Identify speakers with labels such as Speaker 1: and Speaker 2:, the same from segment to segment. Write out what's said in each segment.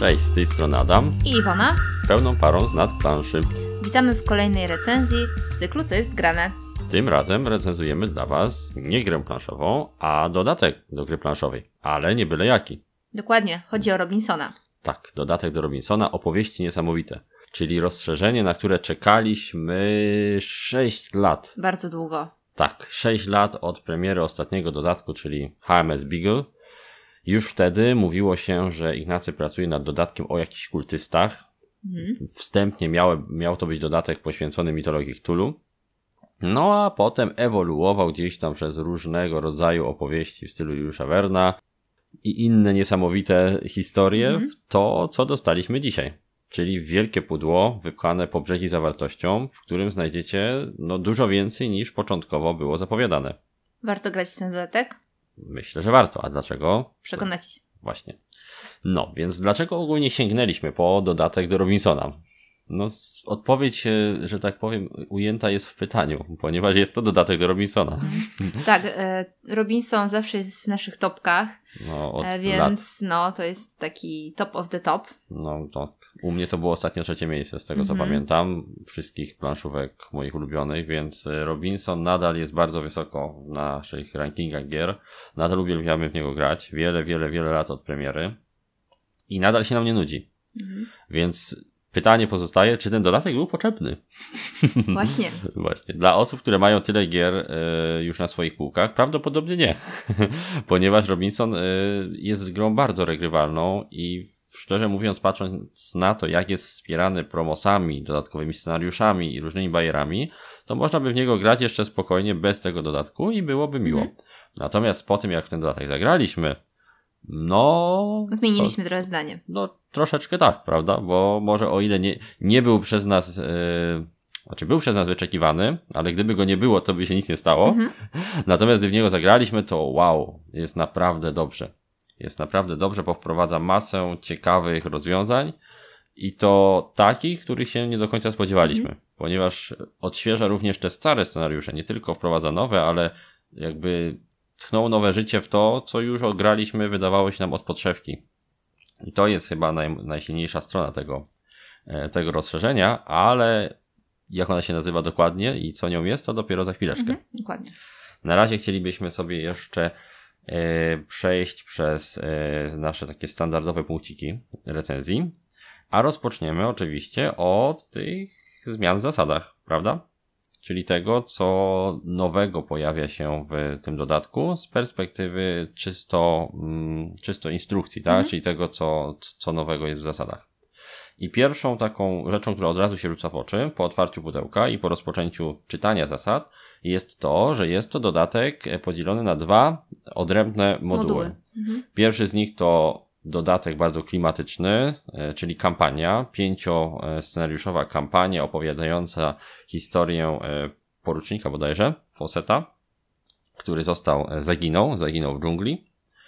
Speaker 1: Cześć, z tej strony Adam
Speaker 2: i Iwona,
Speaker 1: pełną parą z nad planszy.
Speaker 2: Witamy w kolejnej recenzji z cyklu Co jest grane.
Speaker 1: Tym razem recenzujemy dla Was nie grę planszową, a dodatek do gry planszowej, ale nie byle jaki.
Speaker 2: Dokładnie, chodzi o Robinsona.
Speaker 1: Tak, dodatek do Robinsona, opowieści niesamowite, czyli rozszerzenie, na które czekaliśmy 6 lat.
Speaker 2: Bardzo długo.
Speaker 1: Tak, 6 lat od premiery ostatniego dodatku, czyli HMS Beagle. Już wtedy mówiło się, że Ignacy pracuje nad dodatkiem o jakichś kultystach. Wstępnie miał to być dodatek poświęcony mitologii Cthulhu. No a potem ewoluował gdzieś tam przez różnego rodzaju opowieści w stylu Juliusza Verna i inne niesamowite historie w to, co dostaliśmy dzisiaj. Czyli wielkie pudło wypchane po brzegi zawartością, w którym znajdziecie dużo więcej niż początkowo było zapowiadane.
Speaker 2: Warto grać w ten dodatek?
Speaker 1: Myślę, że warto. A dlaczego?
Speaker 2: Przekonacie się.
Speaker 1: Właśnie. No, więc dlaczego ogólnie sięgnęliśmy po dodatek do Robinsona? Odpowiedź, że tak powiem, ujęta jest w pytaniu, ponieważ jest to dodatek do Robinsona.
Speaker 2: Tak, Robinson zawsze jest w naszych topkach, więc to jest taki top of the top.
Speaker 1: No, to u mnie to było ostatnio 3. miejsce, z tego co pamiętam, wszystkich planszówek moich ulubionych, więc Robinson nadal jest bardzo wysoko w naszych rankingach gier. Nadal uwielbiamy w niego grać, wiele lat od premiery i nadal się nam nie nudzi. Więc pytanie pozostaje, czy ten dodatek był potrzebny?
Speaker 2: Właśnie.
Speaker 1: Właśnie. Dla osób, które mają tyle gier już na swoich półkach, prawdopodobnie nie. Ponieważ Robinson jest grą bardzo regrywalną i szczerze mówiąc, patrząc na to, jak jest wspierany promosami, dodatkowymi scenariuszami i różnymi bajerami, to można by w niego grać jeszcze spokojnie bez tego dodatku i byłoby miło. Natomiast po tym, jak w ten dodatek zagraliśmy,
Speaker 2: zmieniliśmy trochę zdanie.
Speaker 1: Troszeczkę tak, prawda? Bo może o ile nie był przez nas, był przez nas wyczekiwany, ale gdyby go nie było, to by się nic nie stało. Natomiast gdy w niego zagraliśmy, to wow, jest naprawdę dobrze. Jest naprawdę dobrze, bo wprowadza masę ciekawych rozwiązań i to takich, których się nie do końca spodziewaliśmy. Ponieważ odświeża również te stare scenariusze, nie tylko wprowadza nowe, ale jakby tchnął nowe życie w to, co już ograliśmy, wydawało się nam od podszewki. I to jest chyba najsilniejsza strona tego rozszerzenia, ale jak ona się nazywa dokładnie i co nią jest, to dopiero za chwileczkę.
Speaker 2: Dokładnie.
Speaker 1: Na razie chcielibyśmy sobie jeszcze przejść przez nasze takie standardowe punkciki recenzji, a rozpoczniemy oczywiście od tych zmian w zasadach, prawda? Czyli tego, co nowego pojawia się w tym dodatku z perspektywy czysto instrukcji, tak? Czyli tego, co nowego jest w zasadach. I pierwszą taką rzeczą, która od razu się rzuca w oczy po otwarciu pudełka i po rozpoczęciu czytania zasad, jest to, że jest to dodatek podzielony na 2 odrębne moduły. Pierwszy z nich to dodatek bardzo klimatyczny, czyli kampania, 5-scenariuszowa kampania opowiadająca historię porucznika bodajże, Fawcetta, który zaginął w dżungli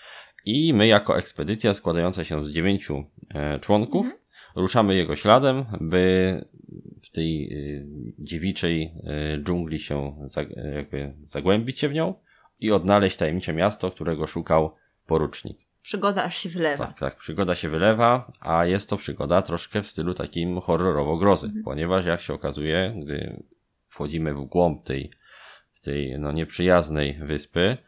Speaker 1: i my jako ekspedycja składająca się z 9 członków ruszamy jego śladem, by w tej dziewiczej dżungli się zagłębić się w nią i odnaleźć tajemnicze miasto, którego szukał porucznik.
Speaker 2: Przygoda aż się wylewa.
Speaker 1: Tak, przygoda się wylewa, a jest to przygoda troszkę w stylu takim horrorowo-grozy, ponieważ jak się okazuje, gdy wchodzimy w głąb tej nieprzyjaznej wyspy,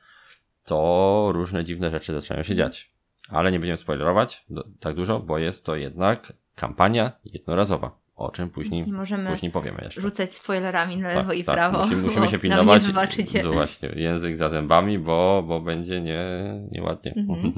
Speaker 1: to różne dziwne rzeczy zaczynają się dziać. Ale nie będziemy spoilerować tak dużo, bo jest to jednak kampania jednorazowa, o czym później powiemy jeszcze.
Speaker 2: Rzucać spoilerami na lewo i prawo.
Speaker 1: Musimy się pilnować.
Speaker 2: Nie wybaczycie.
Speaker 1: Właśnie, język za zębami, bo będzie nieładnie.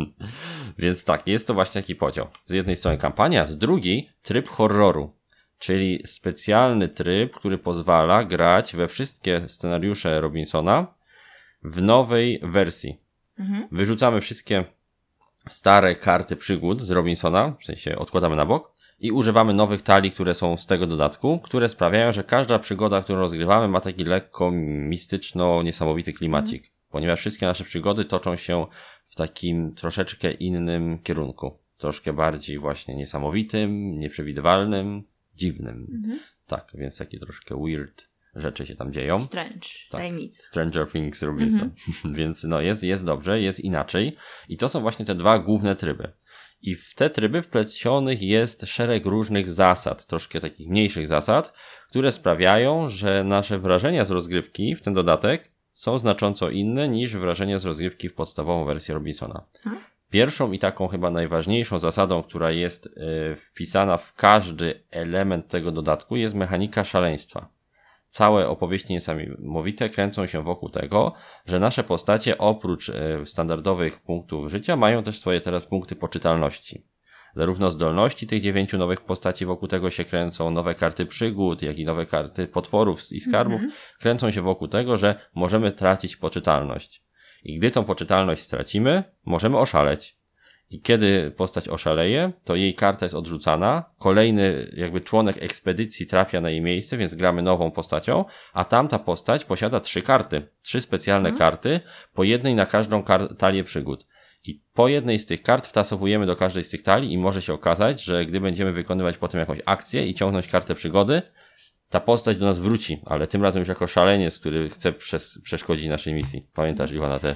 Speaker 1: Więc tak, jest to właśnie taki podział. Z jednej strony kampania, z drugiej tryb horroru, czyli specjalny tryb, który pozwala grać we wszystkie scenariusze Robinsona w nowej wersji. Wyrzucamy wszystkie stare karty przygód z Robinsona, w sensie odkładamy na bok i używamy nowych talii, które są z tego dodatku, które sprawiają, że każda przygoda, którą rozgrywamy, ma taki lekko mistyczno-niesamowity klimacik, ponieważ wszystkie nasze przygody toczą się w takim troszeczkę innym kierunku. Troszkę bardziej właśnie niesamowitym, nieprzewidywalnym, dziwnym. Tak, więc takie troszkę weird rzeczy się tam dzieją.
Speaker 2: Strange, tajemnice.
Speaker 1: Stranger Things Robinson. Więc jest dobrze, jest inaczej. I to są właśnie te 2 główne tryby. I w te tryby wplecionych jest szereg różnych zasad, troszkę takich mniejszych zasad, które sprawiają, że nasze wrażenia z rozgrywki w ten dodatek są znacząco inne niż wrażenia z rozgrywki w podstawową wersję Robinsona. Pierwszą i taką chyba najważniejszą zasadą, która jest wpisana w każdy element tego dodatku, jest mechanika szaleństwa. Całe opowieści niesamowite kręcą się wokół tego, że nasze postacie oprócz standardowych punktów życia mają też swoje teraz punkty poczytalności. Zarówno zdolności tych 9 nowych postaci wokół tego się kręcą, nowe karty przygód, jak i nowe karty potworów i skarbów kręcą się wokół tego, że możemy tracić poczytalność. I gdy tą poczytalność stracimy, możemy oszaleć. I kiedy postać oszaleje, to jej karta jest odrzucana, kolejny jakby członek ekspedycji trafia na jej miejsce, więc gramy nową postacią, a tamta postać posiada 3 karty, 3 specjalne karty, po jednej na każdą talię przygód. I po jednej z tych kart wtasowujemy do każdej z tych talii i może się okazać, że gdy będziemy wykonywać potem jakąś akcję i ciągnąć kartę przygody, ta postać do nas wróci, ale tym razem już jako szaleniec, który chce przeszkodzić naszej misji. Pamiętasz, Iwana, te...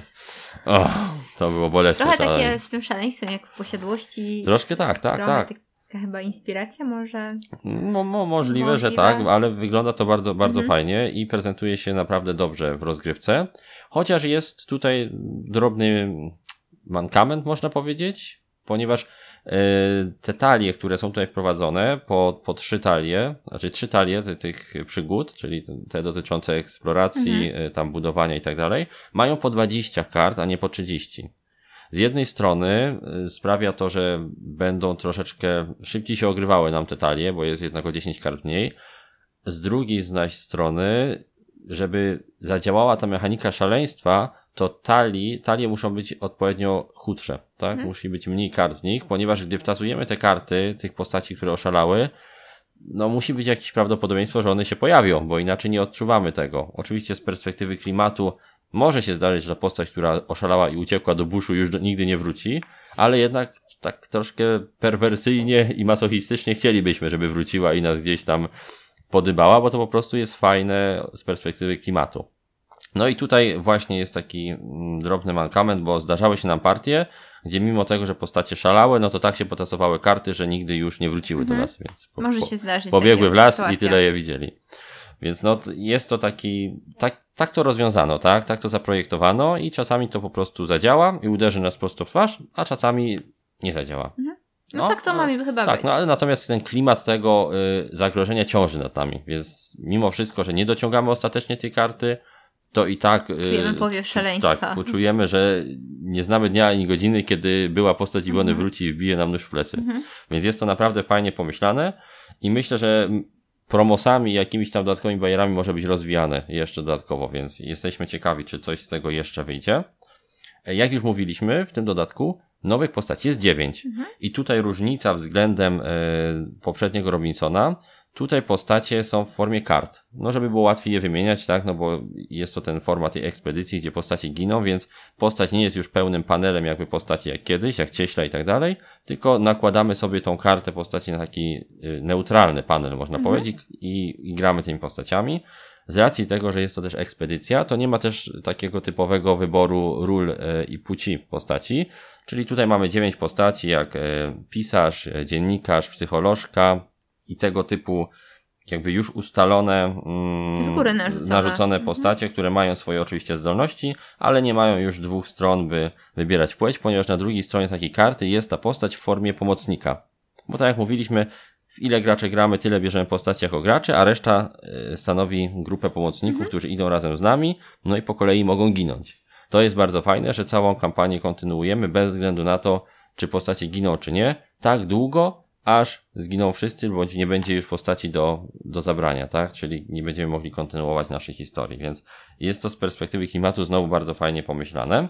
Speaker 1: to było bolesne.
Speaker 2: Trochę takie z tym szaleństwem, jak w posiadłości.
Speaker 1: Troszkę tak.
Speaker 2: Taka chyba inspiracja może?
Speaker 1: Możliwe, że tak, ale wygląda to bardzo, bardzo fajnie i prezentuje się naprawdę dobrze w rozgrywce. Chociaż jest tutaj drobny mankament, można powiedzieć, ponieważ te talie, które są tutaj wprowadzone po 3 talie, znaczy 3 talie tych przygód, czyli te dotyczące eksploracji, tam budowania i tak dalej, mają po 20 kart, a nie po 30. Z jednej strony sprawia to, że będą troszeczkę szybciej się ogrywały nam te talie, bo jest jednak o 10 kart mniej. Z drugiej zaś strony, żeby zadziałała ta mechanika szaleństwa, to talie muszą być odpowiednio chudsze, tak? Musi być mniej kart w nich, ponieważ gdy wtasujemy te karty tych postaci, które oszalały, no musi być jakieś prawdopodobieństwo, że one się pojawią, bo inaczej nie odczuwamy tego. Oczywiście z perspektywy klimatu może się zdarzyć, że ta postać, która oszalała i uciekła do buszu, już nigdy nie wróci, ale jednak tak troszkę perwersyjnie i masochistycznie chcielibyśmy, żeby wróciła i nas gdzieś tam podybała, bo to po prostu jest fajne z perspektywy klimatu. No i tutaj właśnie jest taki drobny mankament, bo zdarzały się nam partie, gdzie mimo tego, że postacie szalały, no to tak się potasowały karty, że nigdy już nie wróciły do nas, więc
Speaker 2: może się zdarzyć
Speaker 1: pobiegły w las
Speaker 2: sytuacja.
Speaker 1: I tyle je widzieli. Więc no jest to taki, tak to rozwiązano, tak to zaprojektowano i czasami to po prostu zadziała i uderzy nas prosto w twarz, a czasami nie zadziała.
Speaker 2: No tak to mamy chyba być.
Speaker 1: No ale natomiast ten klimat tego zagrożenia ciąży nad nami, więc mimo wszystko, że nie dociągamy ostatecznie tej karty, to i tak
Speaker 2: czujemy powiew szaleństwa.
Speaker 1: Tak, poczujemy, że nie znamy dnia ani godziny, kiedy była postać Iwony wróci i wbije nam nóż w plecy. Więc jest to naprawdę fajnie pomyślane i myślę, że promosami, jakimiś tam dodatkowymi barierami może być rozwijane jeszcze dodatkowo, więc jesteśmy ciekawi, czy coś z tego jeszcze wyjdzie. Jak już mówiliśmy, w tym dodatku nowych postaci jest 9 i tutaj różnica względem poprzedniego Robinsona. Tutaj postacie są w formie kart. No, żeby było łatwiej je wymieniać, tak? No bo jest to ten format tej ekspedycji, gdzie postacie giną, więc postać nie jest już pełnym panelem jakby postaci jak kiedyś, jak cieśla i tak dalej, tylko nakładamy sobie tą kartę postaci na taki neutralny panel, można powiedzieć, i gramy tymi postaciami. Z racji tego, że jest to też ekspedycja, to nie ma też takiego typowego wyboru ról i płci postaci, czyli tutaj mamy 9 postaci, jak pisarz, dziennikarz, psycholożka, i tego typu jakby już ustalone,
Speaker 2: z góry
Speaker 1: narzucone postacie, które mają swoje oczywiście zdolności, ale nie mają już 2 stron, by wybierać płeć, ponieważ na drugiej stronie takiej karty jest ta postać w formie pomocnika. Bo tak jak mówiliśmy, w ile graczy gramy, tyle bierzemy postaci jako gracze, a reszta stanowi grupę pomocników, którzy idą razem z nami, no i po kolei mogą ginąć. To jest bardzo fajne, że całą kampanię kontynuujemy bez względu na to, czy postacie giną, czy nie, tak długo, aż zginą wszyscy, bądź nie będzie już postaci do zabrania, tak? Czyli nie będziemy mogli kontynuować naszej historii, więc jest to z perspektywy klimatu znowu bardzo fajnie pomyślane.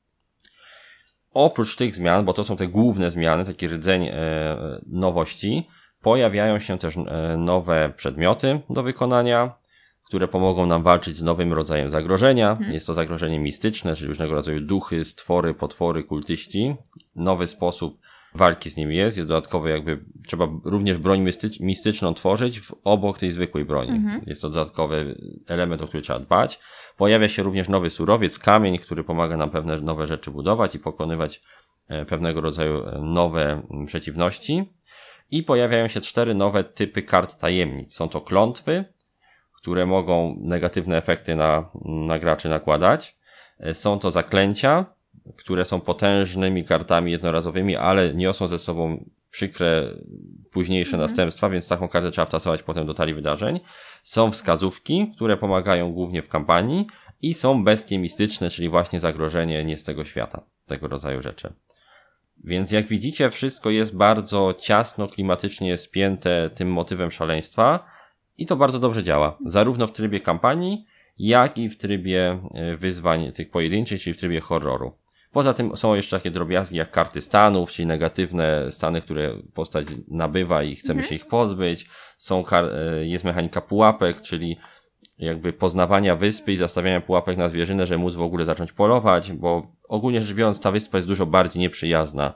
Speaker 1: Oprócz tych zmian, bo to są te główne zmiany, taki rdzeń nowości, pojawiają się też nowe przedmioty do wykonania, które pomogą nam walczyć z nowym rodzajem zagrożenia. Jest to zagrożenie mistyczne, czyli różnego rodzaju duchy, stwory, potwory, kultyści. Nowy sposób walki z nimi jest dodatkowy jakby, trzeba również broń mistyczną tworzyć obok tej zwykłej broni. Jest to dodatkowy element, o który trzeba dbać. Pojawia się również nowy surowiec, kamień, który pomaga nam pewne nowe rzeczy budować i pokonywać pewnego rodzaju nowe przeciwności i pojawiają się 4 nowe typy kart tajemnic. Są to klątwy, które mogą negatywne efekty na graczy nakładać. Są to zaklęcia, które są potężnymi kartami jednorazowymi, ale niosą ze sobą przykre późniejsze następstwa, więc taką kartę trzeba wtasować potem do talii wydarzeń. Są wskazówki, które pomagają głównie w kampanii i są bestie mistyczne, czyli właśnie zagrożenie nie z tego świata, tego rodzaju rzeczy. Więc jak widzicie, wszystko jest bardzo ciasno, klimatycznie spięte tym motywem szaleństwa i to bardzo dobrze działa. Zarówno w trybie kampanii, jak i w trybie wyzwań tych pojedynczych, czyli w trybie horroru. Poza tym są jeszcze takie drobiazgi jak karty stanów, czyli negatywne stany, które postać nabywa i chcemy się ich pozbyć. Jest mechanika pułapek, czyli jakby poznawania wyspy i zastawiania pułapek na zwierzynę, żeby móc w ogóle zacząć polować, bo ogólnie rzecz biorąc ta wyspa jest dużo bardziej nieprzyjazna.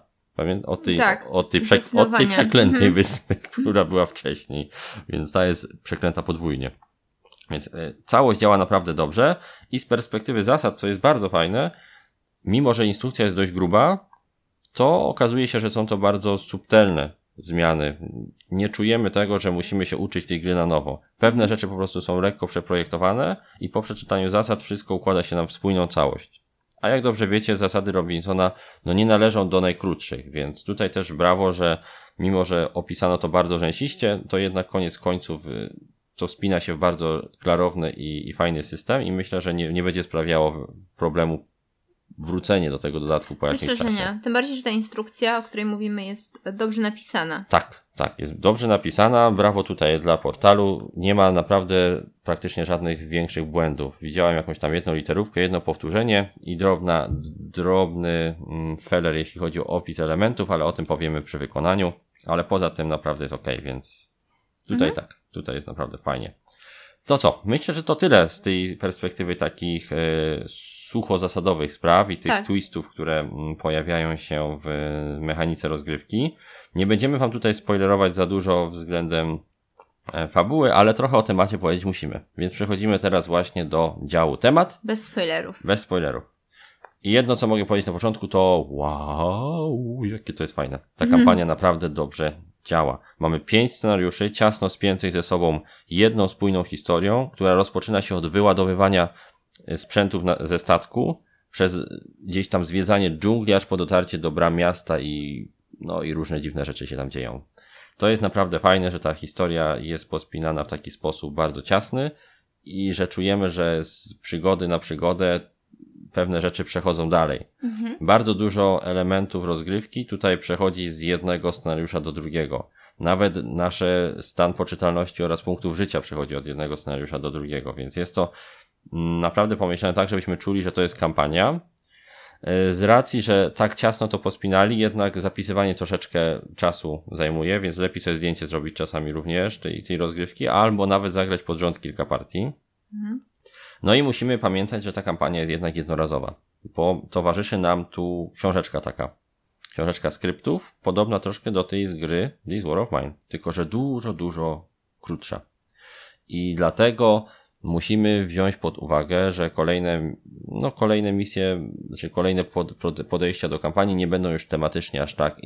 Speaker 1: Od tej przeklętej wyspy, która była wcześniej. Więc ta jest przeklęta podwójnie. Więc całość działa naprawdę dobrze i z perspektywy zasad, co jest bardzo fajne, mimo że instrukcja jest dość gruba, to okazuje się, że są to bardzo subtelne zmiany. Nie czujemy tego, że musimy się uczyć tej gry na nowo. Pewne rzeczy po prostu są lekko przeprojektowane i po przeczytaniu zasad wszystko układa się nam w spójną całość. A jak dobrze wiecie, zasady Robinsona nie należą do najkrótszych, więc tutaj też brawo, że mimo że opisano to bardzo rzęsiście, to jednak koniec końców to spina się w bardzo klarowny i fajny system i myślę, że nie będzie sprawiało problemu wrócenie do tego dodatku po jakimś czasie.
Speaker 2: Myślę, że nie. Tym bardziej, że ta instrukcja, o której mówimy, jest dobrze napisana.
Speaker 1: Tak, jest dobrze napisana. Brawo tutaj dla portalu. Nie ma naprawdę praktycznie żadnych większych błędów. Widziałem jakąś tam jedną literówkę, jedno powtórzenie i drobny feller, jeśli chodzi o opis elementów, ale o tym powiemy przy wykonaniu. Ale poza tym naprawdę jest okej, więc tutaj tutaj jest naprawdę fajnie. To co? Myślę, że to tyle z tej perspektywy takich sucho zasadowych spraw i tych twistów, które pojawiają się w mechanice rozgrywki. Nie będziemy wam tutaj spoilerować za dużo względem fabuły, ale trochę o temacie powiedzieć musimy. Więc przechodzimy teraz właśnie do działu temat.
Speaker 2: Bez spoilerów.
Speaker 1: Bez spoilerów. I jedno, co mogę powiedzieć na początku, to wow, jakie to jest fajne. Ta kampania naprawdę dobrze działa. Mamy 5 scenariuszy, ciasno spiętych ze sobą jedną spójną historią, która rozpoczyna się od wyładowywania sprzętów ze statku, przez gdzieś tam zwiedzanie dżungli, aż po dotarcie do bram miasta i różne dziwne rzeczy się tam dzieją. To jest naprawdę fajne, że ta historia jest pospinana w taki sposób bardzo ciasny i że czujemy, że z przygody na przygodę pewne rzeczy przechodzą dalej. Bardzo dużo elementów rozgrywki tutaj przechodzi z jednego scenariusza do drugiego. Nawet nasze stan poczytalności oraz punktów życia przechodzi od jednego scenariusza do drugiego, więc jest to naprawdę pomyślane tak, żebyśmy czuli, że to jest kampania. Z racji, że tak ciasno to pospinali, jednak zapisywanie troszeczkę czasu zajmuje, więc lepiej sobie zdjęcie zrobić czasami również tej rozgrywki, albo nawet zagrać pod rząd kilka partii. No i musimy pamiętać, że ta kampania jest jednak jednorazowa, bo towarzyszy nam tu książeczka taka. Książeczka skryptów, podobna troszkę do tej z gry This War of Mine, tylko że dużo krótsza. I dlatego musimy wziąć pod uwagę, że kolejne misje, czy kolejne podejścia do kampanii nie będą już tematycznie aż tak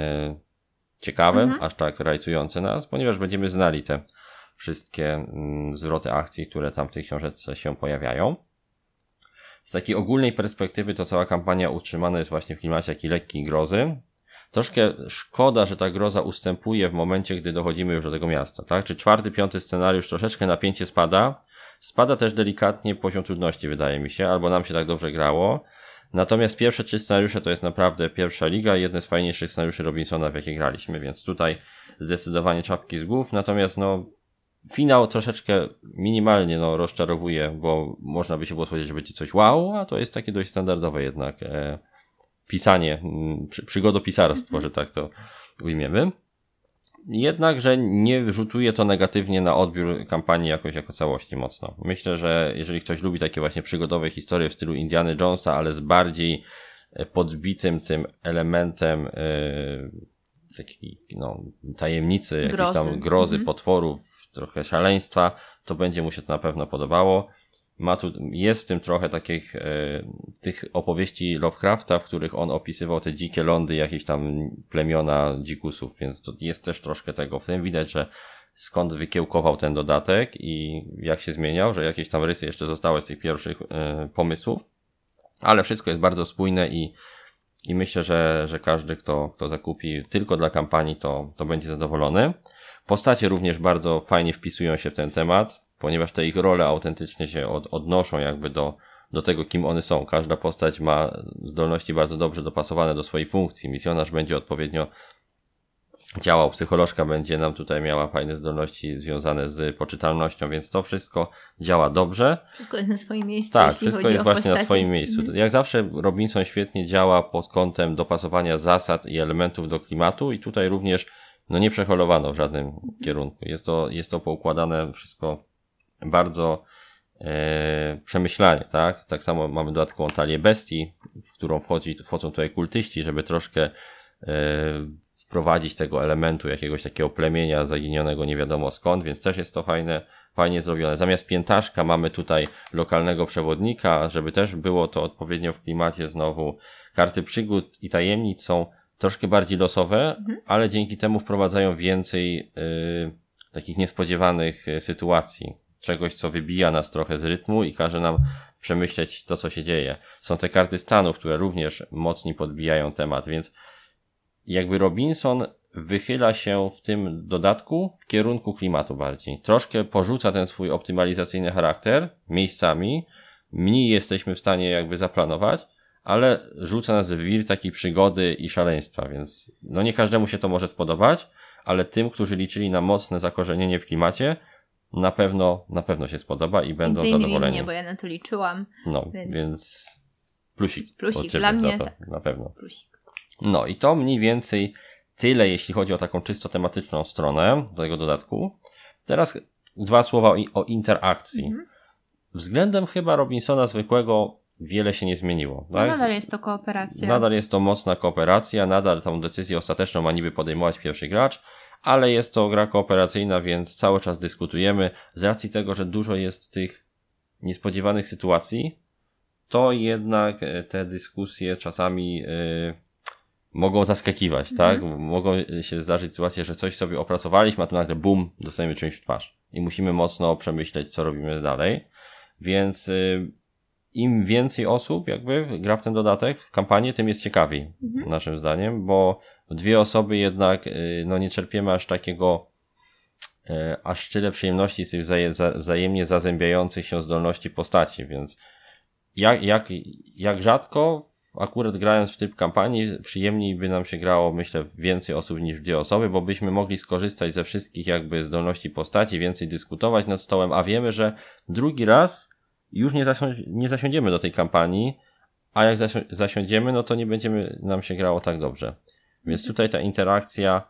Speaker 1: ciekawe, aż tak rajcujące nas, ponieważ będziemy znali te wszystkie zwroty akcji, które tam w tej książeczce się pojawiają. Z takiej ogólnej perspektywy to cała kampania utrzymana jest właśnie w klimacie jakiej lekkiej grozy. Troszkę szkoda, że ta groza ustępuje w momencie, gdy dochodzimy już do tego miasta, tak? Czy 4., 5. scenariusz troszeczkę napięcie spada. Spada też delikatnie poziom trudności, wydaje mi się, albo nam się tak dobrze grało. Natomiast pierwsze 3 scenariusze to jest naprawdę pierwsza liga, jedne z fajniejszych scenariuszy Robinsona, w jakie graliśmy, więc tutaj zdecydowanie czapki z głów. Natomiast finał troszeczkę minimalnie rozczarowuje, bo można by się było spodziewać, że będzie coś wow, a to jest takie dość standardowe jednak pisanie, przygodopisarstwo, że tak to ujmiemy. Jednakże nie rzutuje to negatywnie na odbiór kampanii jakoś jako całości mocno. Myślę, że jeżeli ktoś lubi takie właśnie przygodowe historie w stylu Indiana Jonesa, ale z bardziej podbitym tym elementem takiej tajemnicy, jakiejś tam grozy, potworów, trochę szaleństwa, to będzie mu się to na pewno podobało. jest w tym trochę takich tych opowieści Lovecrafta, w których on opisywał te dzikie lądy, jakieś tam plemiona dzikusów, więc to jest też troszkę tego. W tym widać, że skąd wykiełkował ten dodatek i jak się zmieniał, że jakieś tam rysy jeszcze zostały z tych pierwszych pomysłów, ale wszystko jest bardzo spójne i myślę, że każdy, kto zakupi tylko dla kampanii, to będzie zadowolony. Postacie również bardzo fajnie wpisują się w ten temat, ponieważ te ich role autentycznie się odnoszą jakby do tego, kim one są. Każda postać ma zdolności bardzo dobrze dopasowane do swojej funkcji. Misjonarz będzie odpowiednio działał, psycholożka będzie nam tutaj miała fajne zdolności związane z poczytalnością, więc to wszystko działa dobrze.
Speaker 2: Wszystko jest na swoim miejscu.
Speaker 1: Tak, wszystko jest właśnie na swoim miejscu. Jak zawsze Robinson świetnie działa pod kątem dopasowania zasad i elementów do klimatu i tutaj również nie przeholowano w żadnym kierunku. Jest to poukładane wszystko bardzo przemyślanie, tak? Tak samo mamy dodatkową talię bestii, w którą wchodzą tutaj kultyści, żeby troszkę wprowadzić tego elementu jakiegoś takiego plemienia zaginionego nie wiadomo skąd, więc też jest to fajnie zrobione. Zamiast piętaszka mamy tutaj lokalnego przewodnika, żeby też było to odpowiednio w klimacie znowu. Karty przygód i tajemnic są troszkę bardziej losowe, ale dzięki temu wprowadzają więcej takich niespodziewanych sytuacji. Czegoś, co wybija nas trochę z rytmu i każe nam przemyśleć to, co się dzieje. Są te karty stanów, które również mocniej podbijają temat, więc jakby Robinson wychyla się w tym dodatku w kierunku klimatu bardziej. Troszkę porzuca ten swój optymalizacyjny charakter miejscami, mniej jesteśmy w stanie jakby zaplanować, ale rzuca nas w wir takiej przygody i szaleństwa, więc nie każdemu się to może spodobać, ale tym, którzy liczyli na mocne zakorzenienie w klimacie, na pewno się spodoba i będą zadowoleni.
Speaker 2: Nie, bo ja na to liczyłam.
Speaker 1: Więc plusik
Speaker 2: dla mnie
Speaker 1: za to,
Speaker 2: tak.
Speaker 1: Na pewno.
Speaker 2: Plusik.
Speaker 1: I to mniej więcej tyle, jeśli chodzi o taką czysto tematyczną stronę tego dodatku. Teraz 2 słowa o interakcji. Względem chyba Robinsona zwykłego wiele się nie zmieniło. Tak?
Speaker 2: Nadal jest to kooperacja.
Speaker 1: Nadal jest to mocna kooperacja, nadal tą decyzję ostateczną ma niby podejmować pierwszy gracz, ale jest to gra kooperacyjna, więc cały czas dyskutujemy. Z racji tego, że dużo jest tych niespodziewanych sytuacji, to jednak te dyskusje czasami mogą zaskakiwać, tak? Mogą się zdarzyć sytuacje, że coś sobie opracowaliśmy, a tu nagle bum, dostajemy czymś w twarz. I musimy mocno przemyśleć, co robimy dalej. Więc im więcej osób jakby gra w ten dodatek, w kampanię, tym jest ciekawiej, naszym zdaniem, bo 2 osoby jednak nie czerpiemy aż tyle przyjemności z tych wzajemnie zazębiających się zdolności postaci, więc jak rzadko akurat grając w tryb kampanii przyjemniej by nam się grało, myślę, więcej osób niż 2 osoby, bo byśmy mogli skorzystać ze wszystkich jakby zdolności postaci, więcej dyskutować nad stołem, a wiemy, że drugi raz już nie zasiądziemy do tej kampanii, a jak zasiądziemy, to nie będziemy nam się grało tak dobrze. Więc tutaj ta interakcja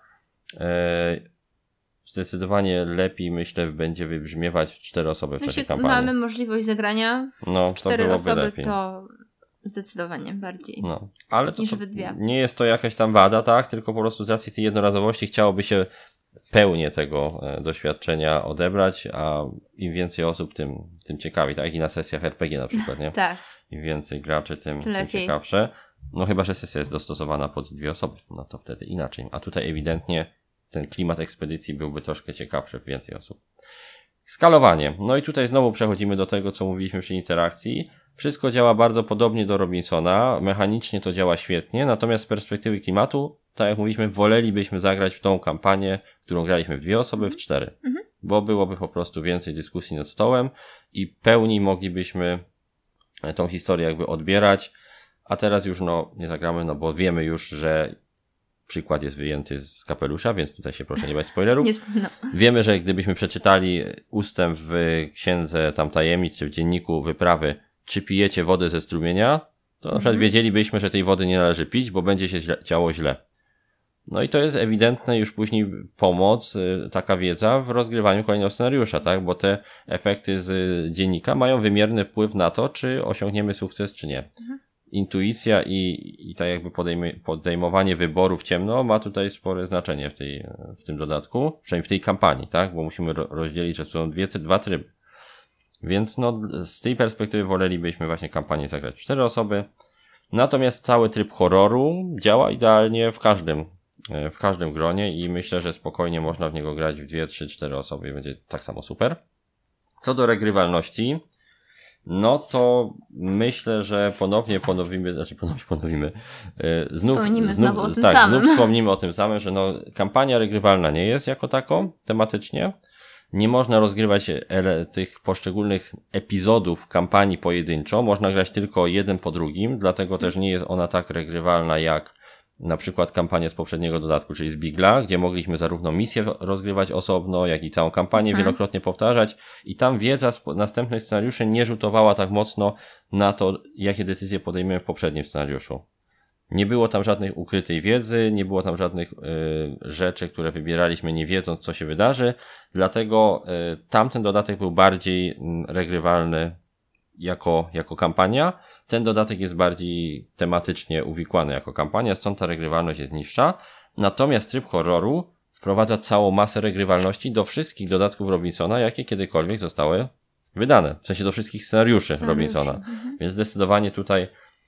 Speaker 1: zdecydowanie lepiej, myślę, będzie wybrzmiewać w 4 osoby w czasie kampanii.
Speaker 2: Mamy możliwość zagrania 4 osoby, lepiej. To zdecydowanie bardziej
Speaker 1: ale to
Speaker 2: niż we 2.
Speaker 1: Nie jest to jakaś tam wada, tak? Tylko po prostu z racji tej jednorazowości chciałoby się pełnię tego doświadczenia odebrać, a im więcej osób, tym ciekawiej, tak? I na sesjach RPG na przykład, nie?
Speaker 2: Tak.
Speaker 1: Im więcej graczy, tym ciekawsze. Chyba, że sesja jest dostosowana pod 2 osoby, to wtedy inaczej. A tutaj ewidentnie ten klimat ekspedycji byłby troszkę ciekawszy w więcej osób. Skalowanie. I tutaj znowu przechodzimy do tego, co mówiliśmy przy interakcji. Wszystko działa bardzo podobnie do Robinsona, mechanicznie to działa świetnie, natomiast z perspektywy klimatu, tak jak mówiliśmy, wolelibyśmy zagrać w tą kampanię, którą graliśmy w 2 osoby, w 4. Bo byłoby po prostu więcej dyskusji nad stołem i pełniej moglibyśmy tą historię jakby odbierać, a teraz już nie zagramy, bo wiemy już, że przykład jest wyjęty z kapelusza, więc tutaj się proszę nie bać spoilerów. Wiemy, że gdybyśmy przeczytali ustęp w księdze tam tajemnic, czy w dzienniku wyprawy, czy pijecie wodę ze strumienia, to na przykład wiedzielibyśmy, że tej wody nie należy pić, bo będzie się działo źle. I to jest ewidentne już później pomoc, taka wiedza w rozgrywaniu kolejnego scenariusza, tak? Bo te efekty z dziennika mają wymierny wpływ na to, czy osiągniemy sukces, czy nie. Intuicja i tak jakby podejmowanie wyborów ciemno ma tutaj spore znaczenie w tym dodatku, przynajmniej w tej kampanii, tak? Bo musimy rozdzielić, że są 2 tryby. Więc no z tej perspektywy wolelibyśmy właśnie kampanię zagrać 4 osoby. Natomiast cały tryb horroru działa idealnie w każdym gronie i myślę, że spokojnie można w niego grać w 2, 3, 4 osoby i będzie tak samo super. Co do regrywalności, no to myślę, że znów wspomnimy o tym samym, że no kampania regrywalna nie jest jako tako tematycznie. Nie można rozgrywać tych poszczególnych epizodów kampanii pojedynczo, można grać tylko jeden po drugim, dlatego też nie jest ona tak regrywalna jak na przykład kampania z poprzedniego dodatku, czyli z Bigla, gdzie mogliśmy zarówno misję rozgrywać osobno, jak i całą kampanię wielokrotnie powtarzać i tam wiedza z następnych scenariuszy nie rzutowała tak mocno na to, jakie decyzje podejmiemy w poprzednim scenariuszu. Nie było tam żadnej ukrytej wiedzy, nie było tam żadnych rzeczy, które wybieraliśmy nie wiedząc, co się wydarzy, dlatego tamten dodatek był bardziej regrywalny jako kampania. Ten dodatek jest bardziej tematycznie uwikłany jako kampania, stąd ta regrywalność jest niższa. Natomiast tryb horroru wprowadza całą masę regrywalności do wszystkich dodatków Robinsona, jakie kiedykolwiek zostały wydane. W sensie do wszystkich scenariuszy Robinsona. Więc zdecydowanie tutaj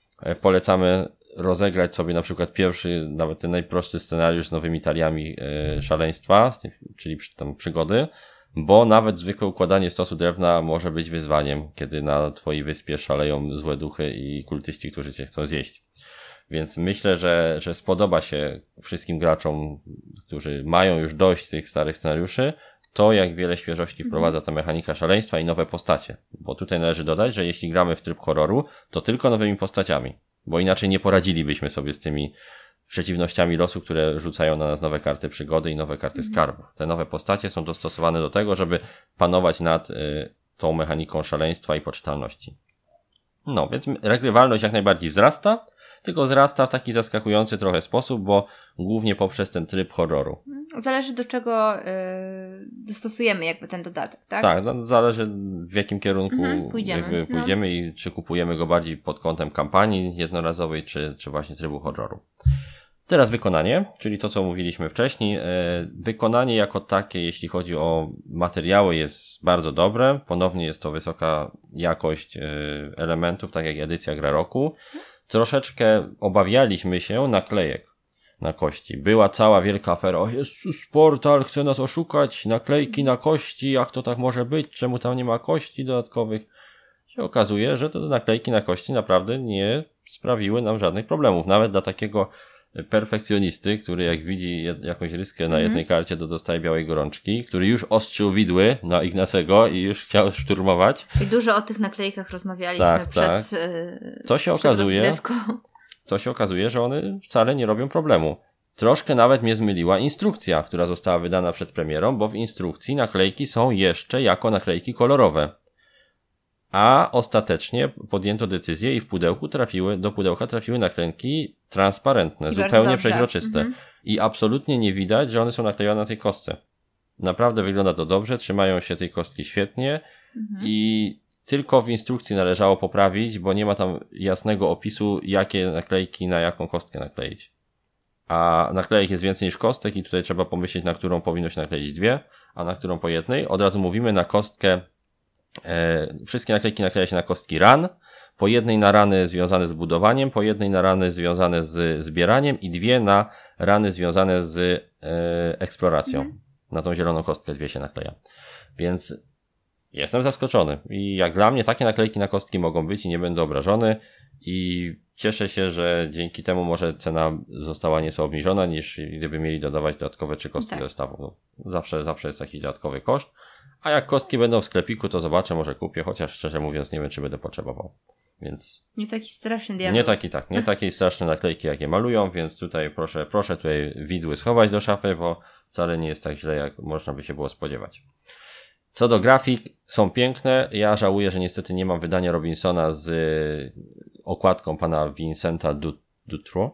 Speaker 1: polecamy rozegrać sobie na przykład pierwszy, nawet ten najprostszy scenariusz z nowymi taliami szaleństwa, czyli tam przygody, bo nawet zwykłe układanie stosu drewna może być wyzwaniem, kiedy na twojej wyspie szaleją złe duchy i kultyści, którzy cię chcą zjeść. Więc myślę, że spodoba się wszystkim graczom, którzy mają już dość tych starych scenariuszy, to jak wiele świeżości wprowadza ta mechanika szaleństwa i nowe postacie. Bo tutaj należy dodać, że jeśli gramy w tryb horroru, to tylko nowymi postaciami. Bo inaczej nie poradzilibyśmy sobie z tymi przeciwnościami losu, które rzucają na nas nowe karty przygody i nowe karty skarbu. Te nowe postacie są dostosowane do tego, żeby panować nad tą mechaniką szaleństwa i poczytalności. No, więc regrywalność jak najbardziej wzrasta, tylko wzrasta w taki zaskakujący trochę sposób, bo głównie poprzez ten tryb horroru.
Speaker 2: Zależy do czego dostosujemy jakby ten dodatek, tak?
Speaker 1: Tak, no, zależy w jakim kierunku pójdziemy i czy kupujemy go bardziej pod kątem kampanii jednorazowej, czy właśnie trybu horroru. Teraz wykonanie, czyli to co mówiliśmy wcześniej. Wykonanie jako takie, jeśli chodzi o materiały, jest bardzo dobre. Ponownie jest to wysoka jakość elementów, tak jak edycja Gra Roku. Troszeczkę obawialiśmy się naklejek na kości. Była cała wielka afera, o Jezus, portal chce nas oszukać, naklejki na kości, jak to tak może być, czemu tam nie ma kości dodatkowych? Się okazuje, że te naklejki na kości naprawdę nie sprawiły nam żadnych problemów. Nawet dla takiego perfekcjonisty, który jak widzi jakąś ryskę na jednej karcie, to dostaje białej gorączki, który już ostrzył widły na Ignacego i już chciał szturmować.
Speaker 2: I dużo o tych naklejkach rozmawialiśmy przed rozgrywką.
Speaker 1: Co się okazuje, że one wcale nie robią problemu. Troszkę nawet mnie zmyliła instrukcja, która została wydana przed premierą, bo w instrukcji naklejki są jeszcze jako naklejki kolorowe. A ostatecznie podjęto decyzję i do pudełka trafiły naklejki transparentne, zupełnie przeźroczyste. I absolutnie nie widać, że one są naklejone na tej kostce. Naprawdę wygląda to dobrze, trzymają się tej kostki świetnie i tylko w instrukcji należało poprawić, bo nie ma tam jasnego opisu, jakie naklejki na jaką kostkę nakleić. A naklejek jest więcej niż kostek i tutaj trzeba pomyśleć, na którą powinno się nakleić 2, a na którą po jednej. Od razu mówimy na kostkę, wszystkie naklejki nakleja się na kostki ran, po jednej na rany związane z budowaniem, po jednej na rany związane z zbieraniem i 2 na rany związane z eksploracją. Na tą zieloną kostkę 2 się nakleja. Więc jestem zaskoczony i jak dla mnie takie naklejki na kostki mogą być i nie będę obrażony i cieszę się, że dzięki temu może cena została nieco obniżona niż gdyby mieli dodawać dodatkowe 3 kostki do zestawu. No, zawsze jest taki dodatkowy koszt, a jak kostki będą w sklepiku, to zobaczę, może kupię, chociaż szczerze mówiąc nie wiem, czy będę potrzebował. Więc
Speaker 2: nie taki straszny diabeł.
Speaker 1: Nie takie straszne naklejki, jak je malują, więc tutaj proszę tutaj widły schować do szafy, bo wcale nie jest tak źle, jak można by się było spodziewać. Co do grafik, są piękne. Ja żałuję, że niestety nie mam wydania Robinsona z okładką pana Vincenta Dutroux,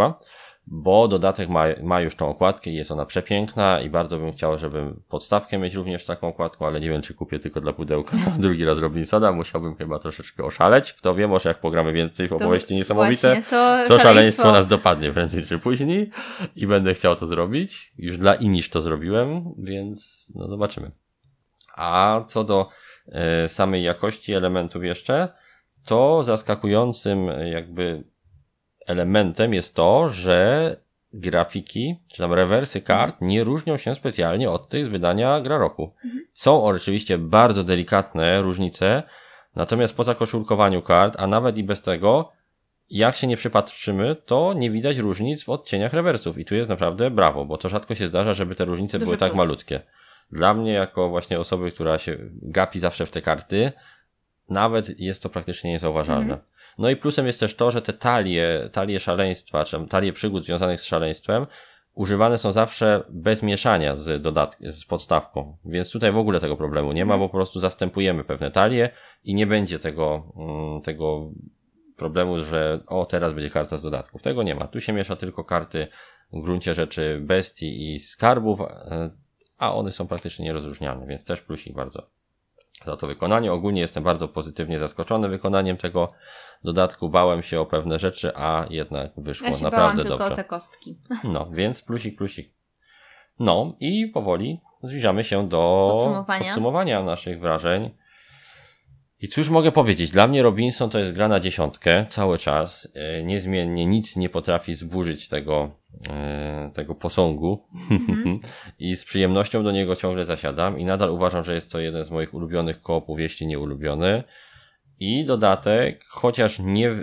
Speaker 1: bo dodatek ma już tą okładkę i jest ona przepiękna i bardzo bym chciał, żeby podstawkę mieć również taką okładką, ale nie wiem, czy kupię tylko dla pudełka drugi raz Robinsona. Musiałbym chyba troszeczkę oszaleć. Kto wie, może jak pogramy więcej w opowieści niesamowite, to szaleństwo nas dopadnie prędzej czy później i będę chciał to zrobić. Już dla Inish to zrobiłem, więc no zobaczymy. A co do samej jakości elementów jeszcze, to zaskakującym jakby elementem jest to, że grafiki, czy tam rewersy kart nie różnią się specjalnie od tych z wydania Gra Roku. Są oczywiście bardzo delikatne różnice, natomiast po zakoszulkowaniu kart, a nawet i bez tego, jak się nie przypatrzymy, to nie widać różnic w odcieniach rewersów. I tu jest naprawdę brawo, bo to rzadko się zdarza, żeby te różnice były tak malutkie. Dla mnie, jako właśnie osoby, która się gapi zawsze w te karty, nawet jest to praktycznie niezauważalne. No i plusem jest też to, że te talie szaleństwa, czy talie przygód związanych z szaleństwem używane są zawsze bez mieszania z podstawką. Więc tutaj w ogóle tego problemu nie ma, bo po prostu zastępujemy pewne talie i nie będzie tego problemu, że teraz będzie karta z dodatków. Tego nie ma. Tu się miesza tylko karty w gruncie rzeczy bestii i skarbów, a one są praktycznie nierozróżnialne, więc też plusik bardzo za to wykonanie. Ogólnie jestem bardzo pozytywnie zaskoczony wykonaniem tego dodatku. Bałem się o pewne rzeczy, a jednak wyszło naprawdę dobrze.
Speaker 2: Tylko o te kostki.
Speaker 1: No, więc plusik. No i powoli zbliżamy się do podsumowania naszych wrażeń. I cóż mogę powiedzieć? Dla mnie Robinson to jest gra na 10 cały czas. Niezmiennie nic nie potrafi zburzyć tego posągu. I z przyjemnością do niego ciągle zasiadam i nadal uważam, że jest to jeden z moich ulubionych koopów, jeśli nie ulubiony. I dodatek, chociaż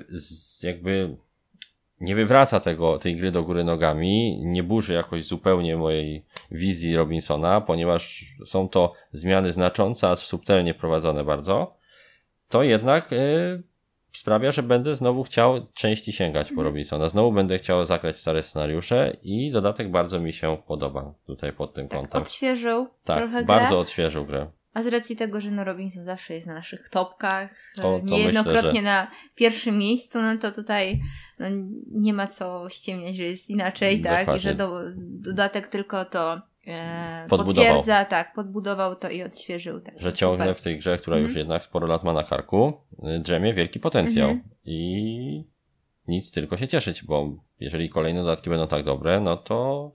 Speaker 1: nie wywraca tej gry do góry nogami, nie burzy jakoś zupełnie mojej wizji Robinsona, ponieważ są to zmiany znaczące, a subtelnie prowadzone bardzo, to jednak sprawia, że będę znowu chciał częściej sięgać po Robinsona. Znowu będę chciał zagrać stare scenariusze i dodatek bardzo mi się podoba tutaj pod tym kątem.
Speaker 2: Odświeżył trochę grę.
Speaker 1: Bardzo odświeżył grę.
Speaker 2: A z racji tego, że Robinson zawsze jest na naszych topkach, niejednokrotnie myślę, na pierwszym miejscu, no to tutaj nie ma co ściemniać, że jest inaczej, tak? I że dodatek tylko to potwierdza, podbudował to i odświeżył. Tak,
Speaker 1: że ciągle w tej grze, która już jednak sporo lat ma na karku, drzemie wielki potencjał i nic, tylko się cieszyć, bo jeżeli kolejne dodatki będą tak dobre, no to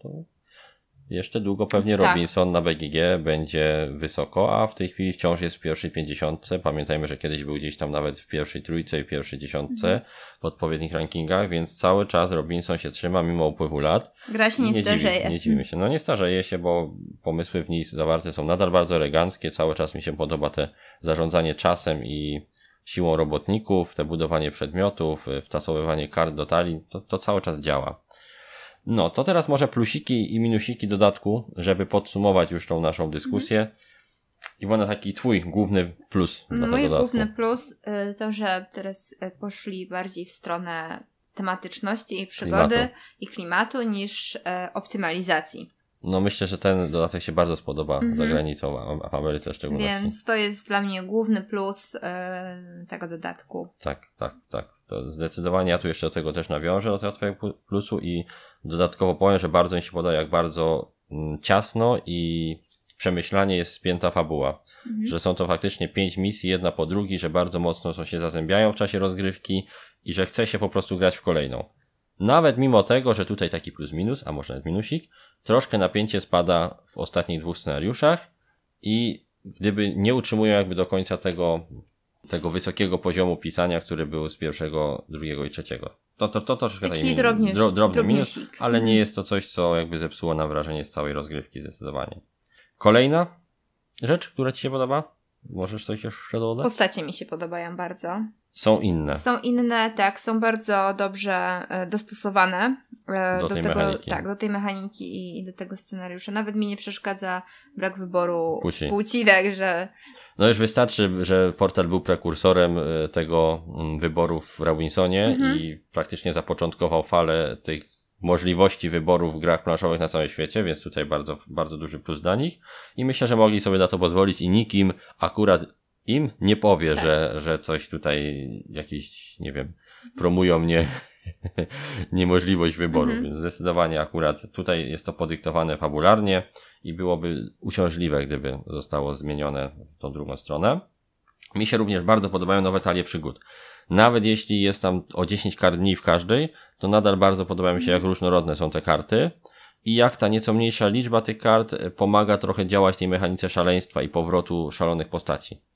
Speaker 1: jeszcze długo pewnie Robinson na BGG będzie wysoko, a w tej chwili wciąż jest w pierwszej 50. Pamiętajmy, że kiedyś był gdzieś tam nawet w pierwszej 3 i pierwszej 10 w odpowiednich rankingach, więc cały czas Robinson się trzyma mimo upływu lat.
Speaker 2: Gra się nie starzeje.
Speaker 1: Nie dziwimy się. No nie starzeje się, bo pomysły w niej zawarte są nadal bardzo eleganckie. Cały czas mi się podoba te zarządzanie czasem i siłą robotników, te budowanie przedmiotów, wtasowywanie kart do talii. To cały czas działa. No, to teraz może plusiki i minusiki dodatku, żeby podsumować już tą naszą dyskusję. Iwona, taki twój główny plus dla tego dodatku. Mój
Speaker 2: główny plus to, że teraz poszli bardziej w stronę tematyczności i przygody i klimatu niż optymalizacji.
Speaker 1: No myślę, że ten dodatek się bardzo spodoba za granicą, a w Ameryce w szczególności.
Speaker 2: Więc to jest dla mnie główny plus tego dodatku.
Speaker 1: Tak. To zdecydowanie ja tu jeszcze do tego też nawiążę, do tego twojego plusu i dodatkowo powiem, że bardzo mi się podoba, jak bardzo ciasno i przemyślanie jest spięta fabuła. Że są to faktycznie 5 misji, jedna po drugiej, że bardzo mocno się zazębiają w czasie rozgrywki i że chce się po prostu grać w kolejną. Nawet mimo tego, że tutaj taki plus minus, a może nawet minusik, troszkę napięcie spada w ostatnich 2 scenariuszach i gdyby nie utrzymują jakby do końca tego wysokiego poziomu pisania, który był z pierwszego, drugiego i trzeciego. To troszkę
Speaker 2: taki
Speaker 1: drobny minus, ale nie jest to coś, co jakby zepsuło nam wrażenie z całej rozgrywki zdecydowanie. Kolejna rzecz, która ci się podoba? Możesz coś jeszcze dodać?
Speaker 2: Postacie mi się podobają bardzo.
Speaker 1: Są inne.
Speaker 2: Są inne, tak. Są bardzo dobrze dostosowane do tej mechaniki. Tak, do tej mechaniki i do tego scenariusza. Nawet mi nie przeszkadza brak wyboru płci, także...
Speaker 1: No już wystarczy, że portal był prekursorem tego wyboru w Robinsonie i praktycznie zapoczątkował falę tych możliwości wyboru w grach planszowych na całym świecie, więc tutaj bardzo, bardzo duży plus dla nich i myślę, że mogli sobie na to pozwolić i nikim akurat im nie powie, że coś tutaj jakieś, nie wiem, promują niemożliwość wyboru, więc zdecydowanie akurat tutaj jest to podyktowane fabularnie i byłoby uciążliwe, gdyby zostało zmienione w tą drugą stronę. Mi się również bardzo podobają nowe talie przygód. Nawet jeśli jest tam o 10 kart mniej w każdej, to nadal bardzo podoba mi się, jak różnorodne są te karty i jak ta nieco mniejsza liczba tych kart pomaga trochę działać tej mechanice szaleństwa i powrotu szalonych postaci.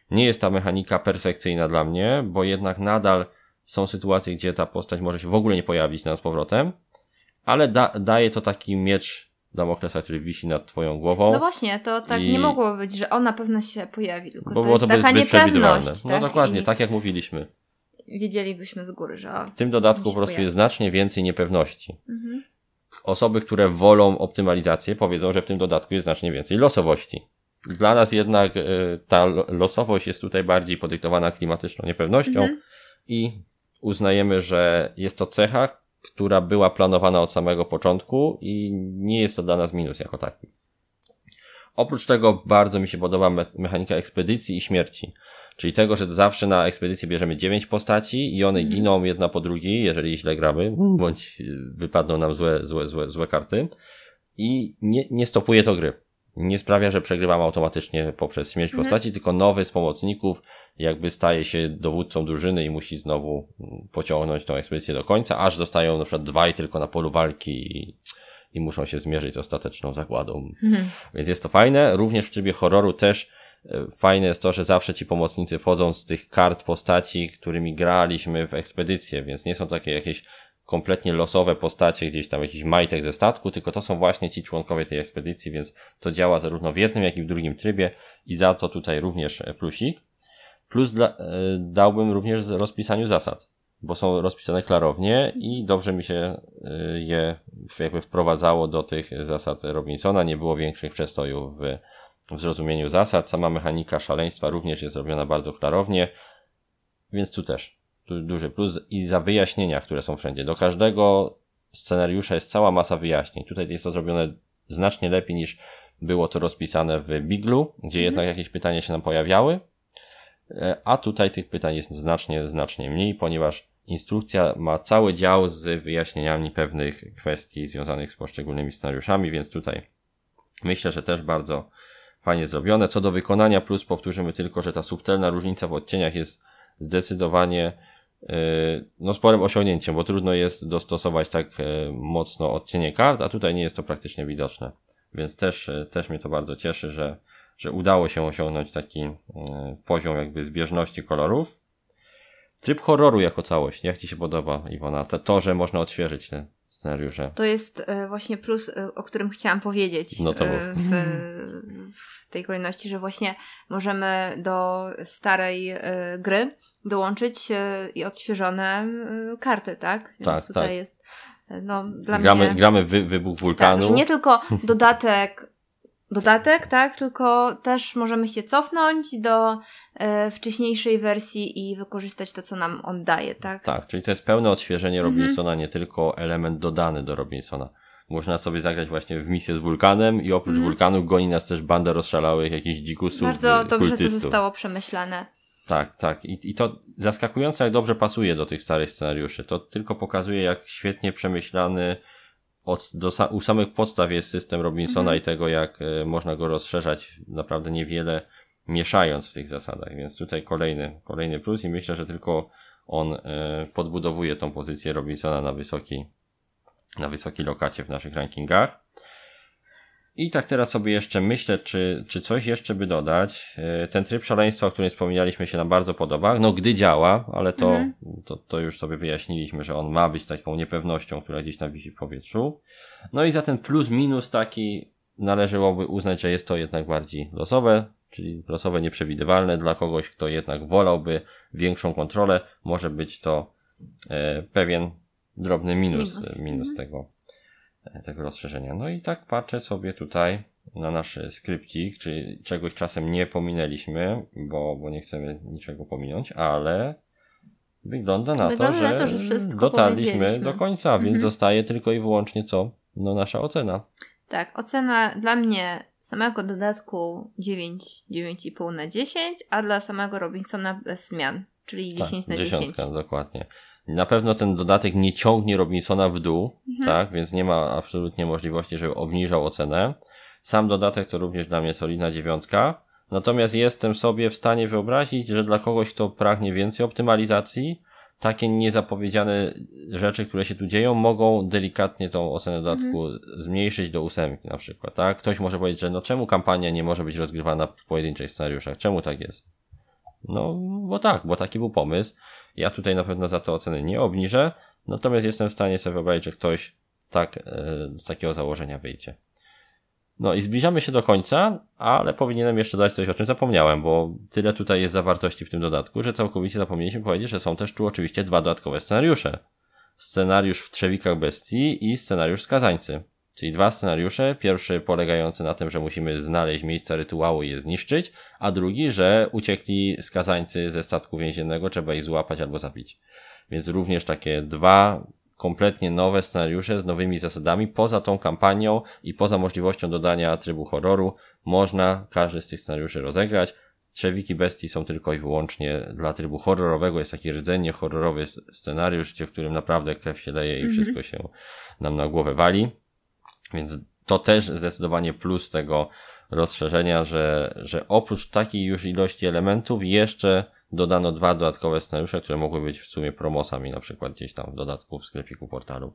Speaker 1: Nie jest ta mechanika perfekcyjna dla mnie, bo jednak nadal są sytuacje, gdzie ta postać może się w ogóle nie pojawić z powrotem, ale daje to taki miecz Damoklesa, który wisi nad twoją głową.
Speaker 2: No właśnie, to tak nie mogło być, że on na pewno się pojawi, tylko
Speaker 1: bo
Speaker 2: to jest taka niepewność.
Speaker 1: Tak? No dokładnie, tak jak mówiliśmy.
Speaker 2: Wiedzielibyśmy z góry, że
Speaker 1: w tym dodatku po prostu jest znacznie więcej niepewności. Osoby, które wolą optymalizację, powiedzą, że w tym dodatku jest znacznie więcej losowości. Dla nas jednak ta losowość jest tutaj bardziej podyktowana klimatyczną niepewnością i uznajemy, że jest to cecha, która była planowana od samego początku i nie jest to dla nas minus jako taki. Oprócz tego bardzo mi się podoba mechanika ekspedycji i śmierci. Czyli tego, że zawsze na ekspedycję bierzemy 9 postaci i one giną jedna po drugiej, jeżeli źle gramy, bądź wypadną nam złe karty. I nie stopuje to gry. Nie sprawia, że przegrywamy automatycznie poprzez śmierć postaci, tylko nowy z pomocników jakby staje się dowódcą drużyny i musi znowu pociągnąć tą ekspedycję do końca, aż zostają na przykład 2 tylko na polu walki i muszą się zmierzyć z ostateczną zagładą. Więc jest to fajne. Również w trybie horroru też fajne jest to, że zawsze ci pomocnicy wchodzą z tych kart postaci, którymi graliśmy w ekspedycję, więc nie są takie jakieś kompletnie losowe postacie, gdzieś tam jakiś majtek ze statku, tylko to są właśnie ci członkowie tej ekspedycji, więc to działa zarówno w jednym, jak i w drugim trybie i za to tutaj również plusik. Plus dałbym również rozpisaniu zasad, bo są rozpisane klarownie i dobrze mi się je jakby wprowadzało do tych zasad Robinsona, nie było większych przestojów w zrozumieniu zasad. Sama mechanika szaleństwa również jest zrobiona bardzo klarownie, więc tu też duży plus i za wyjaśnienia, które są wszędzie. Do każdego scenariusza jest cała masa wyjaśnień. Tutaj jest to zrobione znacznie lepiej niż było to rozpisane w Biglu, gdzie jednak jakieś pytania się nam pojawiały, a tutaj tych pytań jest znacznie mniej, ponieważ instrukcja ma cały dział z wyjaśnieniami pewnych kwestii związanych z poszczególnymi scenariuszami, więc tutaj myślę, że też bardzo fajnie zrobione. Co do wykonania, plus powtórzymy tylko, że ta subtelna różnica w odcieniach jest zdecydowanie sporym osiągnięciem, bo trudno jest dostosować tak mocno odcienie kart, a tutaj nie jest to praktycznie widoczne. Więc też mnie to bardzo cieszy, że udało się osiągnąć taki poziom jakby zbieżności kolorów. Tryb horroru jako całość. Jak ci się podoba, Iwona? To, że można odświeżyć te scenariusze.
Speaker 2: To jest właśnie plus, o którym chciałam powiedzieć
Speaker 1: no to
Speaker 2: w tej kolejności, że właśnie możemy do starej gry dołączyć i odświeżone karty, tak? Więc tutaj jest dla mnie...
Speaker 1: Gramy wybuch wulkanu.
Speaker 2: Tak, że nie tylko dodatek, tak? Tylko też możemy się cofnąć do wcześniejszej wersji i wykorzystać to, co nam on daje, tak?
Speaker 1: Tak, czyli to jest pełne odświeżenie Robinsona, nie tylko element dodany do Robinsona. Można sobie zagrać właśnie w misję z wulkanem i oprócz wulkanu goni nas też banda rozszalałych jakichś dzikusów,
Speaker 2: bardzo dobrze
Speaker 1: kultystów.
Speaker 2: To zostało przemyślane.
Speaker 1: Tak. I to zaskakująco jak dobrze pasuje do tych starych scenariuszy. To tylko pokazuje, jak świetnie przemyślany u samych podstaw jest system Robinsona i tego, jak można go rozszerzać naprawdę niewiele mieszając w tych zasadach. Więc tutaj kolejny plus i myślę, że tylko on podbudowuje tą pozycję Robinsona na wysokiej lokacie w naszych rankingach. I tak teraz sobie jeszcze myślę, czy coś jeszcze by dodać. Ten tryb szaleństwa, o którym wspominaliśmy, się nam bardzo podoba. No, gdy działa, ale to już sobie wyjaśniliśmy, że on ma być taką niepewnością, która gdzieś tam wisi w powietrzu. No i za ten plus minus taki należałoby uznać, że jest to jednak bardziej losowe, czyli losowe, nieprzewidywalne. Dla kogoś, kto jednak wolałby większą kontrolę, może być to pewien drobny minus tego rozszerzenia. No i tak patrzę sobie tutaj na nasz skrypcik, czy czegoś czasem nie pominęliśmy, bo nie chcemy niczego pominąć, ale wygląda na to, że dotarliśmy do końca, więc zostaje tylko i wyłącznie nasza ocena.
Speaker 2: Tak, ocena dla mnie samego dodatku 9,5 na 10, a dla samego Robinsona bez zmian, czyli 10 na 10.
Speaker 1: 10, dokładnie. Na pewno ten dodatek nie ciągnie Robinsona w dół, tak, więc nie ma absolutnie możliwości, żeby obniżał ocenę. Sam dodatek to również dla mnie solidna 9, natomiast jestem sobie w stanie wyobrazić, że dla kogoś, kto pragnie więcej optymalizacji, takie niezapowiedziane rzeczy, które się tu dzieją, mogą delikatnie tą ocenę dodatku zmniejszyć do 8 na przykład, tak? Ktoś może powiedzieć, że czemu kampania nie może być rozgrywana w pojedynczych scenariuszach? Czemu tak jest? No, bo taki był pomysł. Ja tutaj na pewno za to oceny nie obniżę, natomiast jestem w stanie sobie wyobrazić, że ktoś tak z takiego założenia wyjdzie. No i zbliżamy się do końca, ale powinienem jeszcze dodać coś, o czym zapomniałem, bo tyle tutaj jest zawartości w tym dodatku, że całkowicie zapomnieliśmy powiedzieć, że są też tu oczywiście 2 dodatkowe scenariusze. Scenariusz w Trzewikach Bestii i scenariusz Skazańcy. Czyli 2 scenariusze, pierwszy polegający na tym, że musimy znaleźć miejsca rytuału i je zniszczyć, a drugi, że uciekli skazańcy ze statku więziennego, trzeba ich złapać albo zabić. Więc również takie 2 kompletnie nowe scenariusze z nowymi zasadami, poza tą kampanią i poza możliwością dodania trybu horroru, można każdy z tych scenariuszy rozegrać. Trzewiki Bestii są tylko i wyłącznie dla trybu horrorowego, jest taki rdzennie horrorowy scenariusz, w którym naprawdę krew się leje i wszystko się nam na głowę wali. Więc to też zdecydowanie plus tego rozszerzenia, że oprócz takiej już ilości elementów jeszcze dodano 2 dodatkowe scenariusze, które mogły być w sumie promosami, na przykład gdzieś tam w dodatku w sklepiku portalu.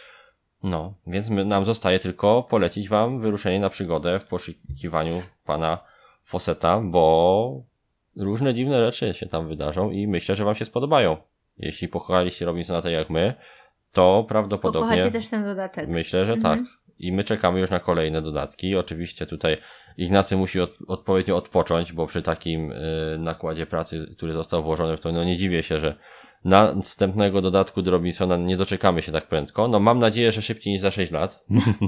Speaker 1: No, więc nam zostaje tylko polecić wam wyruszenie na przygodę w poszukiwaniu pana Fawcetta, bo różne dziwne rzeczy się tam wydarzą i myślę, że wam się spodobają. Jeśli pokochaliście Robinsona tak jak my, to prawdopodobnie...
Speaker 2: Pokochacie też ten dodatek.
Speaker 1: Myślę, że tak. I my czekamy już na kolejne dodatki. Oczywiście tutaj Ignacy musi odpowiednio odpocząć, bo przy takim nakładzie pracy, który został włożony w to, no nie dziwię się, że następnego dodatku do Robinsona nie doczekamy się tak prędko. No mam nadzieję, że szybciej niż za 6 lat.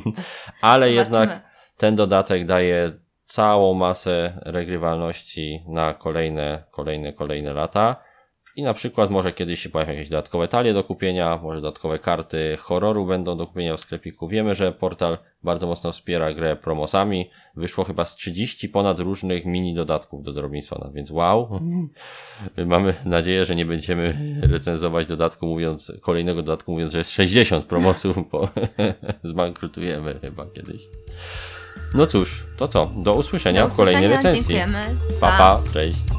Speaker 1: Ale jednak ten dodatek daje całą masę regrywalności na kolejne lata. I na przykład może kiedyś się pojawią jakieś dodatkowe talie do kupienia, może dodatkowe karty horroru będą do kupienia w sklepiku. Wiemy, że portal bardzo mocno wspiera grę promosami. Wyszło chyba z 30 ponad różnych mini dodatków do Robinsona, więc wow. Mamy nadzieję, że nie będziemy recenzować kolejnego dodatku mówiąc, że jest 60 promosów, bo zbankrutujemy chyba kiedyś. No cóż, to co? Do usłyszenia w kolejnej recenzji.
Speaker 2: Dziękujemy.
Speaker 1: Pa, cześć.